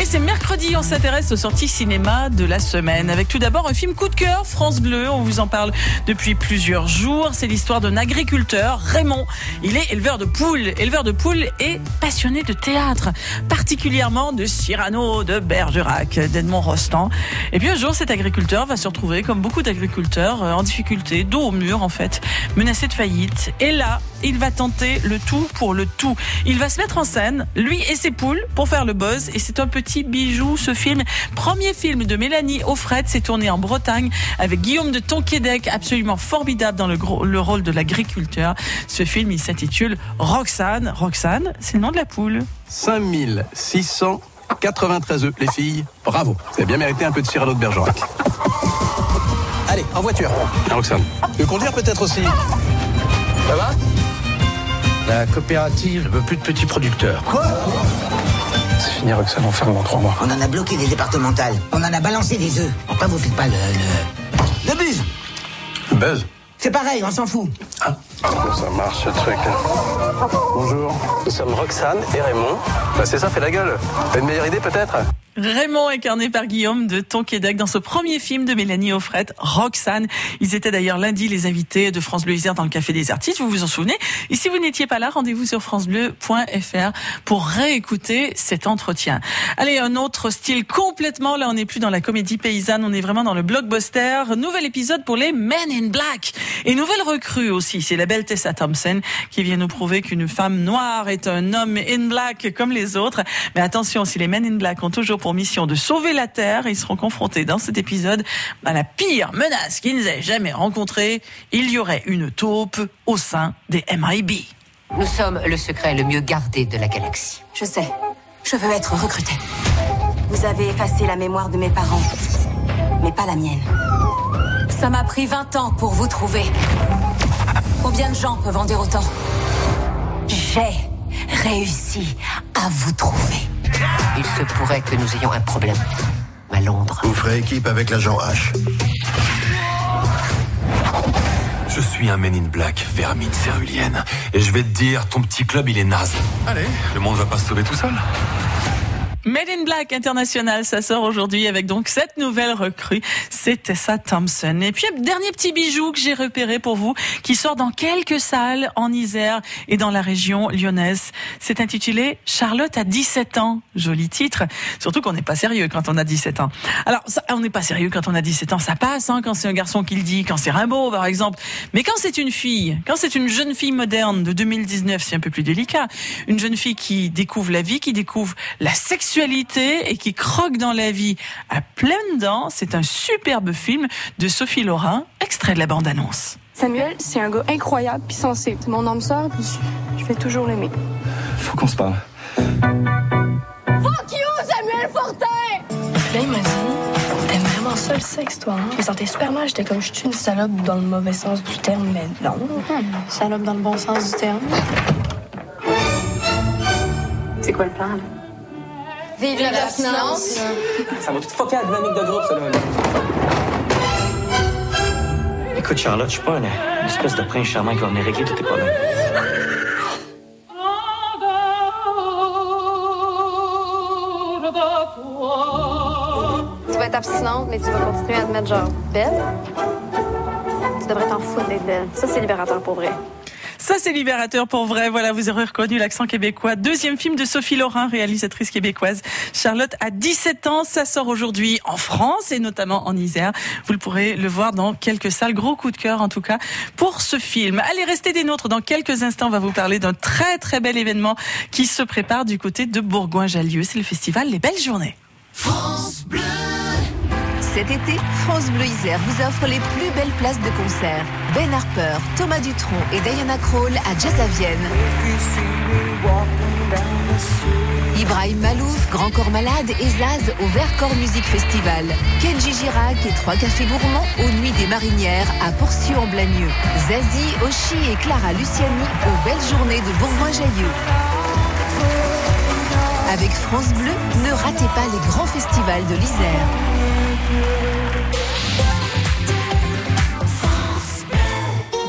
Et c'est mercredi, on s'intéresse aux sorties cinéma de la semaine. Avec tout d'abord un film coup de cœur, France Bleu. On vous en parle depuis plusieurs jours. C'est l'histoire d'un agriculteur, Raymond. Il est éleveur de poules et passionné de théâtre, particulièrement de Cyrano, de Bergerac, d'Edmond Rostand. Et puis un jour, cet agriculteur va se retrouver, comme beaucoup d'agriculteurs, en difficulté, dos au mur en fait, menacé de faillite. Et là, il va tenter le tout pour le tout. Il va se mettre en scène, lui et ses poules, pour faire le buzz. Et c'est un petit bijou, ce film. Premier film de Mélanie Offred, c'est tourné en Bretagne avec Guillaume de Tonquédec, absolument formidable dans le rôle de l'agriculteur. Ce film, il s'intitule Roxane. Roxane, c'est le nom de la poule. 5693 œufs. Les filles, bravo. Vous avez bien mérité un peu de Cyrano de Bergerac. Allez, en voiture. Roxane. Tu veux conduire peut-être aussi? Ça va? La coopérative ne veut plus de petits producteurs. Quoi? C'est fini, Roxane, on ferme dans 3 mois. On en a bloqué des départementales. On en a balancé des œufs. Pourquoi vous faites pas le buzz? Le buzz? C'est pareil, on s'en fout. Ah, ça marche ce truc. Bonjour, nous sommes Roxane et Raymond. Bah c'est ça, fait la gueule. T'as une meilleure idée peut-être? Raymond, incarné par Guillaume de Tonquédec dans ce premier film de Mélanie Offred, Roxane. Ils étaient d'ailleurs lundi les invités de France Bleu Isère dans le Café des Artistes, vous vous en souvenez? Et si vous n'étiez pas là, rendez-vous sur francebleu.fr pour réécouter cet entretien. Allez, un autre style complètement, là on n'est plus dans la comédie paysanne, on est vraiment dans le blockbuster. Nouvel épisode pour les Men in Black. Et nouvelle recrue aussi, c'est la belle Tessa Thompson qui vient nous prouver qu'une femme noire est un homme in black comme les autres. Mais attention, si les Men in Black ont toujours pour mission de sauver la Terre, ils seront confrontés dans cet épisode à la pire menace qu'ils aient jamais rencontrée. Il y aurait une taupe au sein des MIB. Nous sommes le secret le mieux gardé de la galaxie. Je sais. Je veux être recrutée. Vous avez effacé la mémoire de mes parents, mais pas la mienne. Ça m'a pris 20 ans pour vous trouver. Combien de gens peuvent en dire autant? J'ai réussi à vous trouver. Il se pourrait que nous ayons un problème à Londres. Vous ferez équipe avec l'agent H. Je suis un Men in Black, vermine cérulienne. Et je vais te dire, ton petit club, il est naze. Allez, le monde va pas se sauver tout seul. Men in Black International, ça sort aujourd'hui avec donc cette nouvelle recrue, c'est Tessa Thompson. Et puis, dernier petit bijou que j'ai repéré pour vous, qui sort dans quelques salles en Isère et dans la région lyonnaise. C'est intitulé Charlotte a 17 ans. Joli titre. Surtout qu'on n'est pas sérieux quand on a 17 ans. Alors, on n'est pas sérieux quand on a 17 ans. Ça passe, hein, quand c'est un garçon qui le dit, quand c'est Rimbaud, par exemple. Mais quand c'est une fille, quand c'est une jeune fille moderne de 2019, c'est un peu plus délicat. Une jeune fille qui découvre la vie, qui découvre la sexualité et qui croque dans la vie à pleines dents. C'est un superbe film de Sophie Laurin, extrait de la bande-annonce. Samuel, c'est un gars incroyable puis sensé. C'est mon âme sœur puis je vais toujours l'aimer. Faut qu'on se parle. Fuck you, Samuel Fortin! Là, il m'a dit, t'aimes vraiment ça le sexe, toi, hein? Je me sentais super mal, j'étais comme, je suis une salope dans le mauvais sens du terme, mais non. Salope dans le bon sens du terme. C'est quoi le plan, là? Vive l'abstinence! Ça va tout fucker la dynamique de groupe, ça, là. Écoute, Charlotte, je suis pas une espèce de prince charmant qui va venir régler tous tes problèmes. Tu vas être abstinente, mais tu vas continuer à te mettre genre belle. Tu devrais t'en foutre d'être belle. Ça, c'est libérateur pour vrai. Ça, c'est libérateur pour vrai. Voilà, vous aurez reconnu l'accent québécois. Deuxième film de Sophie Laurin, réalisatrice québécoise. Charlotte a 17 ans. Ça sort aujourd'hui en France et notamment en Isère. Vous le pourrez le voir dans quelques salles. Gros coup de cœur, en tout cas, pour ce film. Allez, restez des nôtres. Dans quelques instants, on va vous parler d'un très, très bel événement qui se prépare du côté de Bourgoin-Jallieu. C'est le festival Les Belles Journées. France Bleu. Cet été, France Bleu Isère vous offre les plus belles places de concert. Ben Harper, Thomas Dutronc et Diana Krall à Jazz à Vienne. Ibrahim Malouf, Grand Corps Malade et Zaz au Vercors Music Festival. Kenji Girac et 3 cafés gourmands aux Nuits des Marinières à Porcieux-en-Blagneux. Zazie, Oshi et Clara Luciani aux Belles Journées de Bourgoin-Jallieu. Avec France Bleu, ne ratez pas les grands festivals de l'Isère.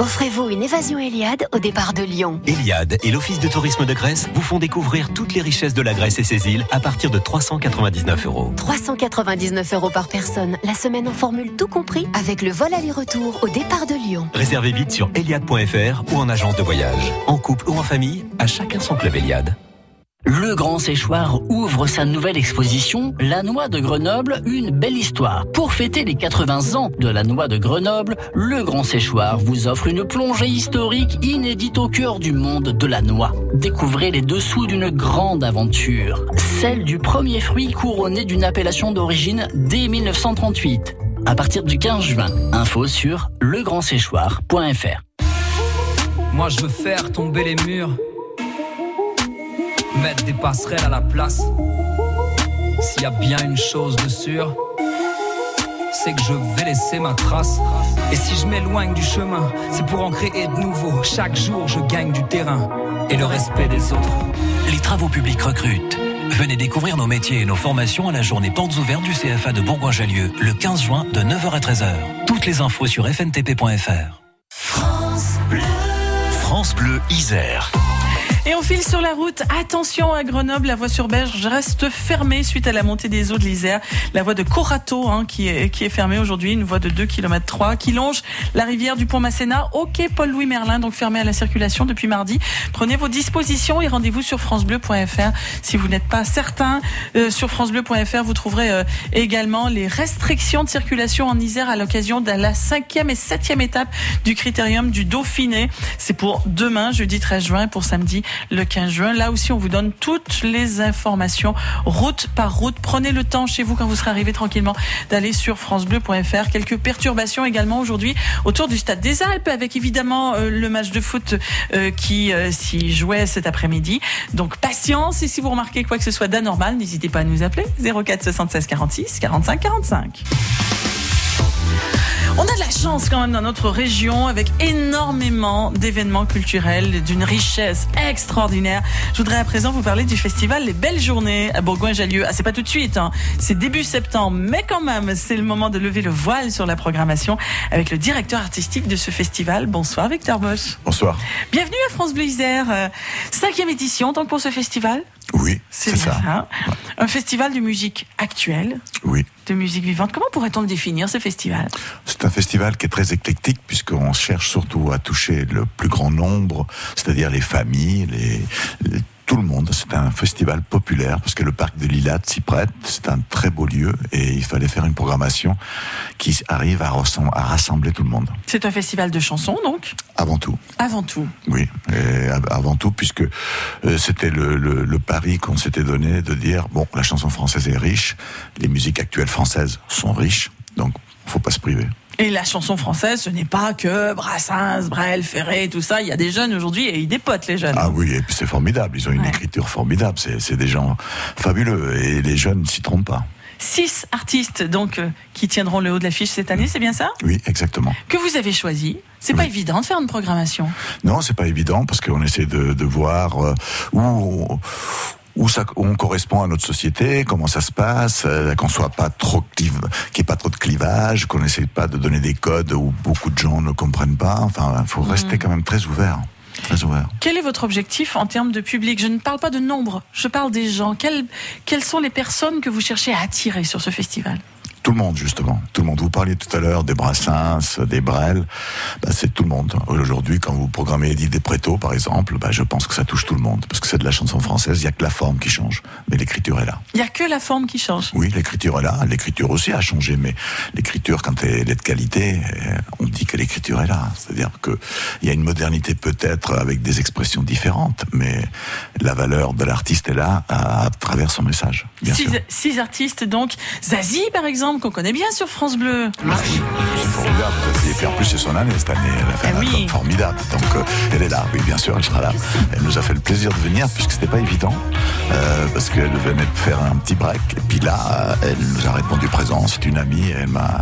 Offrez-vous une évasion Eliade au départ de Lyon. Eliade et l'Office de tourisme de Grèce vous font découvrir toutes les richesses de la Grèce et ses îles à partir de 399 €. 399 € par personne, la semaine en formule tout compris, avec le vol aller-retour au départ de Lyon. Réservez vite sur eliade.fr ou en agence de voyage. En couple ou en famille, à chacun son club Eliade. Le Grand Séchoir ouvre sa nouvelle exposition, La Noix de Grenoble, une belle histoire. Pour fêter les 80 ans de la Noix de Grenoble, le Grand Séchoir vous offre une plongée historique inédite au cœur du monde de la noix. Découvrez les dessous d'une grande aventure, celle du premier fruit couronné d'une appellation d'origine dès 1938. À partir du 15 juin, info sur legrandséchoir.fr. Moi je veux faire tomber les murs, mettre des passerelles à la place. S'il y a bien une chose de sûre, c'est que je vais laisser ma trace. Et si je m'éloigne du chemin, c'est pour en créer de nouveaux. Chaque jour je gagne du terrain et le respect des autres. Les travaux publics recrutent. Venez découvrir nos métiers et nos formations à la journée portes ouvertes du CFA de Bourgoin-Jallieu le 15 juin de 9h à 13h. Toutes les infos sur fntp.fr. France Bleu. France Bleu Isère. Et on file sur la route. Attention à Grenoble, la voie sur Berge reste fermée suite à la montée des eaux de l'Isère. La voie de Corato qui est fermée aujourd'hui, une voie de 2,3 km qui longe la rivière du Pont-Masséna au quai Paul-Louis Merlin, donc fermée à la circulation depuis mardi. Prenez vos dispositions et rendez-vous sur francebleu.fr. Si vous n'êtes pas certain, sur francebleu.fr, vous trouverez également les restrictions de circulation en Isère à l'occasion de la 5e et 7e étape du Critérium du Dauphiné. C'est pour demain, jeudi 13 juin, et pour samedi, le 15 juin. Là aussi, on vous donne toutes les informations, route par route. Prenez le temps chez vous, quand vous serez arrivé tranquillement, d'aller sur francebleu.fr. Quelques perturbations également aujourd'hui autour du Stade des Alpes, avec évidemment le match de foot qui s'y jouait cet après-midi. Donc patience, et si vous remarquez quoi que ce soit d'anormal, n'hésitez pas à nous appeler 04 76 46 45 45. On a de la chance quand même dans notre région, avec énormément d'événements culturels d'une richesse extraordinaire. Je voudrais à présent vous parler du festival Les Belles Journées à Bourgoin-Jallieu. C'est pas tout de suite, c'est début septembre, mais quand même, c'est le moment de lever le voile sur la programmation avec le directeur artistique de ce festival. Bonsoir Victor Bosch. Bonsoir. Bienvenue à France Bleu Isère. 5e édition donc pour ce festival. Oui, c'est ça. Ouais. Un festival de musique actuelle. Oui. De musique vivante. Comment pourrait-on le définir, ce festival ? C'est un festival qui est très éclectique, puisqu'on cherche surtout à toucher le plus grand nombre, c'est-à-dire les familles, tout le monde. C'est un festival populaire, parce que le parc de l'Ilade s'y prête. C'est un très beau lieu, et il fallait faire une programmation qui arrive à rassembler tout le monde. C'est un festival de chansons, donc ? Avant tout. Avant tout. Oui, et avant tout, puisque c'était le pari qu'on s'était donné de dire, bon, la chanson française est riche, les musiques actuelles françaises sont riches, donc il ne faut pas se priver. Et la chanson française, ce n'est pas que Brassens, Brel, Ferré, tout ça. Il y a des jeunes aujourd'hui et ils dépotent, les jeunes. Ah oui, et puis c'est formidable. Ils ont une écriture formidable. C'est des gens fabuleux et les jeunes ne s'y trompent pas. 6 artistes donc qui tiendront le haut de l'affiche cette année, c'est bien ça ? Oui, exactement. Que vous avez choisi. C'est pas évident de faire une programmation. Non, c'est pas évident parce qu'on essaie de voir où on correspond à notre société, comment ça se passe, qu'on soit pas trop qu'il n'y ait pas trop de clivage, qu'on n'essaie pas de donner des codes où beaucoup de gens ne comprennent pas. Enfin, il faut rester quand même très ouvert. Très ouvert. Quel est votre objectif en termes de public ? Je ne parle pas de nombre, je parle des gens. Quelles sont les personnes que vous cherchez à attirer sur ce festival ? Tout le monde, justement. Tout le monde. Vous parliez tout à l'heure des Brassens, des Brel. C'est tout le monde. Aujourd'hui, quand vous programmez Edith Despréto, par exemple, je pense que ça touche tout le monde. Parce que c'est de la chanson française, il n'y a que la forme qui change. Mais l'écriture est là. Il n'y a que la forme qui change ? Oui, l'écriture est là. L'écriture aussi a changé. Mais l'écriture, quand elle est de qualité, on dit que l'écriture est là. C'est-à-dire qu'il y a une modernité peut-être avec des expressions différentes. Mais la valeur de l'artiste est là à travers son message. Bien sûr. 6 artistes, donc. Zazie, par exemple, qu'on connaît bien sur France Bleu. Ah oui, c'est formidable. Et puis en plus, c'est son année cette année. Elle a fait un album formidable. Donc elle est là, oui, bien sûr, elle sera là. Elle nous a fait le plaisir de venir, puisque c'était pas évident, parce qu'elle venait de faire un petit break. Et puis là, elle nous a répondu présent. C'est une amie.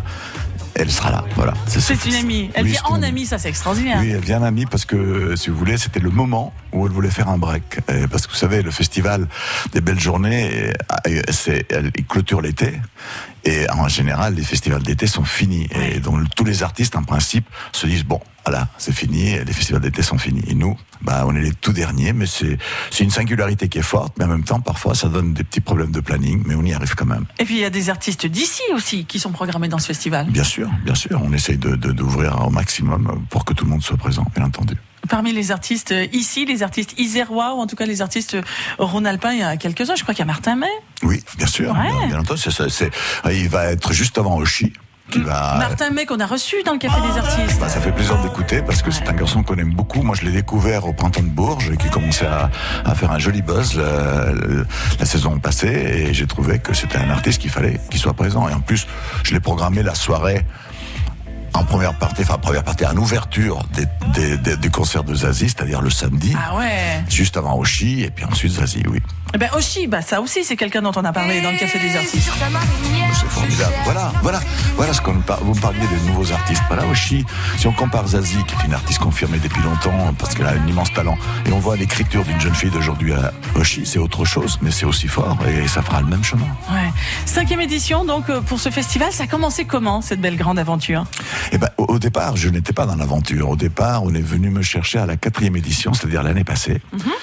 Elle sera là, voilà. C'est une amie. Elle vient en amie, ça c'est extraordinaire. Oui, elle vient en amie parce que, si vous voulez, c'était le moment où elle voulait faire un break. Parce que vous savez, le festival des Belles Journées, il clôture l'été. Et en général, les festivals d'été sont finis. Et donc, tous les artistes, en principe, se disent, bon, voilà, c'est fini, les festivals d'été sont finis. Et nous, on est les tout derniers, mais c'est une singularité qui est forte, mais en même temps, parfois, ça donne des petits problèmes de planning, mais on y arrive quand même. Et puis, il y a des artistes d'ici aussi qui sont programmés dans ce festival. Bien sûr, on essaye d'ouvrir au maximum pour que tout le monde soit présent, bien entendu. Parmi les artistes ici, les artistes isérois, ou en tout cas les artistes rhône-alpins, il y a quelques-uns, je crois qu'il y a Martin May. Oui, bien sûr, bien entendu, il va être juste avant Oshi. Martin May qu'on a reçu dans le Café des Artistes. Ça fait plaisir d'écouter parce que c'est un garçon qu'on aime beaucoup. Moi je l'ai découvert au Printemps de Bourges et qui commençait à faire un joli buzz la saison passée et j'ai trouvé que c'était un artiste qu'il fallait qu'il soit présent. Et en plus je l'ai programmé la soirée en première partie, en ouverture du concert de Zazie, c'est-à-dire le samedi. Ah ouais. Juste avant Oshi et puis ensuite Zazie, oui. Eh ben Oshi, ça aussi c'est quelqu'un dont on a parlé dans le Café des Artistes. C'est formidable. Voilà ce qu'on parle. Vous me parliez des nouveaux artistes. Voilà, Oshi. Si on compare Zazie, qui est une artiste confirmée depuis longtemps parce qu'elle a un immense talent, et on voit l'écriture d'une jeune fille d'aujourd'hui à Oshi, c'est autre chose, mais c'est aussi fort et ça fera le même chemin. Ouais. 5e édition donc pour ce festival. Ça a commencé comment cette belle grande aventure? Au départ, je n'étais pas dans l'aventure. Au départ, on est venu me chercher à la 4e édition, c'est-à-dire l'année passée.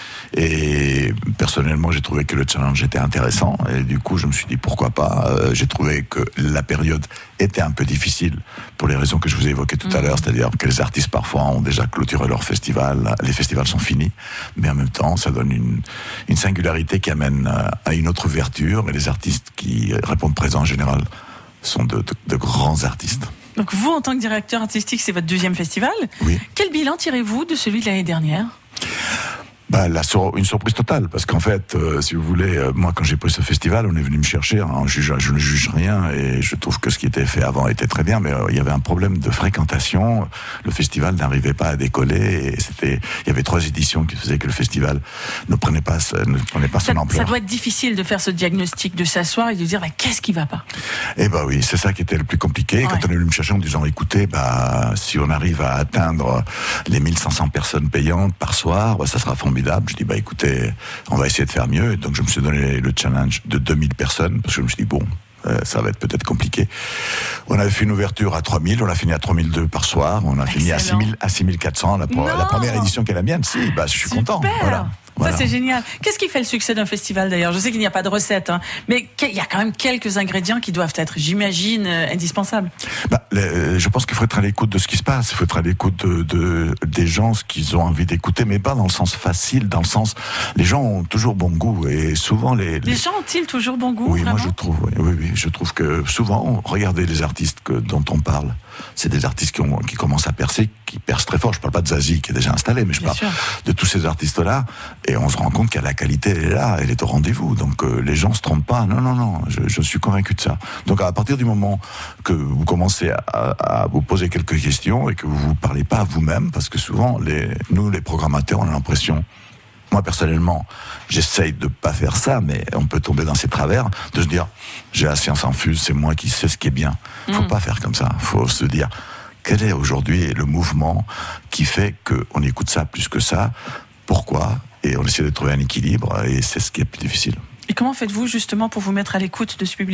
Et personnellement, j'ai trouvé que le challenge était intéressant. Et du coup, je me suis dit pourquoi pas. J'ai trouvé que la période était un peu difficile pour les raisons que je vous ai évoquées tout à l'heure. C'est-à-dire que les artistes parfois ont déjà clôturé leur festival. Les festivals sont finis. Mais en même temps, ça donne une singularité qui amène à une autre ouverture. Et les artistes qui répondent présents en général sont de grands artistes. Donc vous, en tant que directeur artistique, c'est votre 2e festival. Oui. Quel bilan tirez-vous de celui de l'année dernière ? Une surprise totale, parce qu'en fait, si vous voulez, moi quand j'ai pris ce festival, on est venu me chercher, je ne juge rien, et je trouve que ce qui était fait avant était très bien, mais il y avait un problème de fréquentation, le festival n'arrivait pas à décoller, et il y avait 3 éditions qui faisaient que le festival ne prenait pas son ampleur. Ça doit être difficile de faire ce diagnostic, de s'asseoir et de dire qu'est-ce qui va pas ? Oui, c'est ça qui était le plus compliqué, quand on est venu me chercher en disant, écoutez, si on arrive à atteindre les 1500 personnes payantes par soir, ça sera formidable. Je dis, écoutez, on va essayer de faire mieux. Et donc, je me suis donné le challenge de 2000 personnes, parce que je me suis dit, ça va être peut-être compliqué. On avait fait une ouverture à 3000, on a fini à 3002 par soir, on a fini à 6400, la première édition qui est la mienne. Je suis content. Voilà. Ça, c'est génial. Qu'est-ce qui fait le succès d'un festival, d'ailleurs ? Je sais qu'il n'y a pas de recette, mais il y a quand même quelques ingrédients qui doivent être, j'imagine, indispensables. Je pense qu'il faut être à l'écoute de ce qui se passe. Il faut être à l'écoute des gens, ce qu'ils ont envie d'écouter, mais pas dans le sens facile, dans le sens... Les gens ont toujours bon goût, et souvent... Les gens ont-ils toujours bon goût, Oui, vraiment ? moi je trouve, oui. Je trouve que souvent, regardez les artistes dont on parle. C'est des artistes qui commencent à percer, qui percent très fort. Je parle pas de Zazie, qui est déjà installé, mais je parle de tous ces artistes-là. Et on se rend compte que la qualité, elle est là, elle est au rendez-vous. Donc les gens se trompent pas. Non, je suis convaincu de ça. Donc à partir du moment que vous commencez à vous poser quelques questions et que vous vous parlez pas à vous-même, parce que souvent, nous, les programmateurs, on a l'impression... Moi, personnellement, j'essaye de pas faire ça, mais on peut tomber dans ces travers, de se dire, j'ai la science infuse, c'est moi qui sais ce qui est bien. Faut pas faire comme ça. Faut se dire, quel est aujourd'hui le mouvement qui fait qu'on écoute ça plus que ça? Pourquoi? Et on essaie de trouver un équilibre, et c'est ce qui est plus difficile. Et comment faites-vous justement pour vous mettre à l'écoute de ce public ?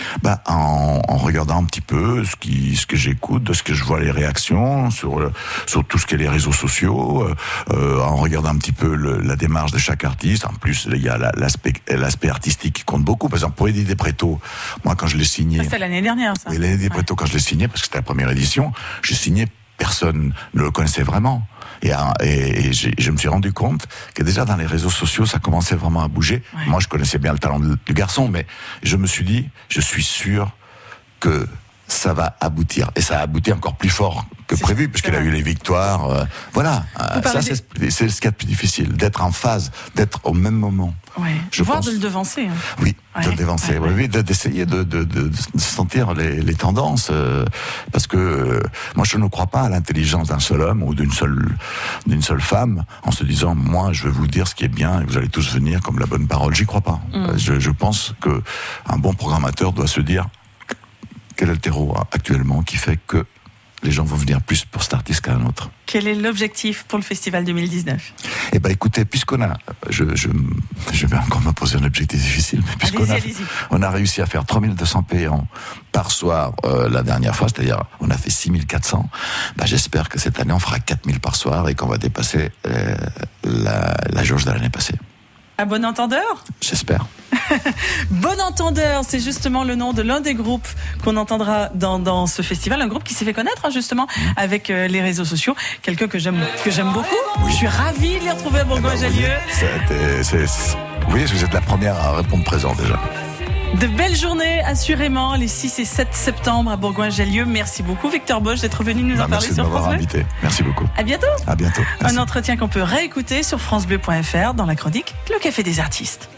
En regardant un petit peu ce que j'écoute, de ce que je vois les réactions sur tout ce qui est les réseaux sociaux, en regardant un petit peu la démarche de chaque artiste. En plus, il y a l'aspect artistique qui compte beaucoup. Par exemple, pour Eddie Depretto, moi quand je l'ai signé... C'était l'année dernière, ça. Oui, l'année Depretto, quand je l'ai signé, parce que c'était la première édition, j'ai signé, personne ne le connaissait vraiment. Et je me suis rendu compte que déjà dans les réseaux sociaux, ça commençait vraiment à bouger. Ouais. Moi, je connaissais bien le talent du garçon, mais je me suis dit, je suis sûr que ça va aboutir. Et ça a abouti encore plus fort que prévu, puisqu'il a eu les victoires. Ça, c'est ce qu'il y a de plus difficile, d'être en phase, d'être au même moment. Ouais. Voire de le devancer. Oui, de le devancer. Oui, d'essayer de sentir les tendances. Parce que moi, je ne crois pas à l'intelligence d'un seul homme ou d'une seule femme, en se disant, moi, je vais vous dire ce qui est bien et vous allez tous venir comme la bonne parole. J'y crois pas. Je pense qu'un bon programmateur doit se dire, quel est le terreau actuellement qui fait que les gens vont venir plus pour cet artiste qu'à un autre. Quel est l'objectif pour le festival 2019 ? Eh ben, écoutez, puisqu'on a, je vais encore me poser un objectif difficile, mais on a réussi à faire 3200 payants par soir la dernière fois, c'est-à-dire on a fait 6400, j'espère que cette année on fera 4000 par soir et qu'on va dépasser la jauge de l'année passée. À bon entendeur ? J'espère. Bon entendeur, c'est justement le nom de l'un des groupes qu'on entendra dans ce festival, un groupe qui s'est fait connaître justement avec les réseaux sociaux, quelqu'un que j'aime beaucoup. Oui. Je suis ravie de les retrouver à Bourgoin-Jallieu. Oui, vous êtes la première à répondre présent déjà. De belles journées, assurément, les 6 et 7 septembre à Bourgoin-Jallieu. Merci beaucoup, Victor Bosch, d'être venu nous en parler sur France Bleu. Merci de m'avoir invité. Merci beaucoup. À bientôt. À bientôt. Merci. Un entretien qu'on peut réécouter sur francebleu.fr dans la chronique Le Café des artistes.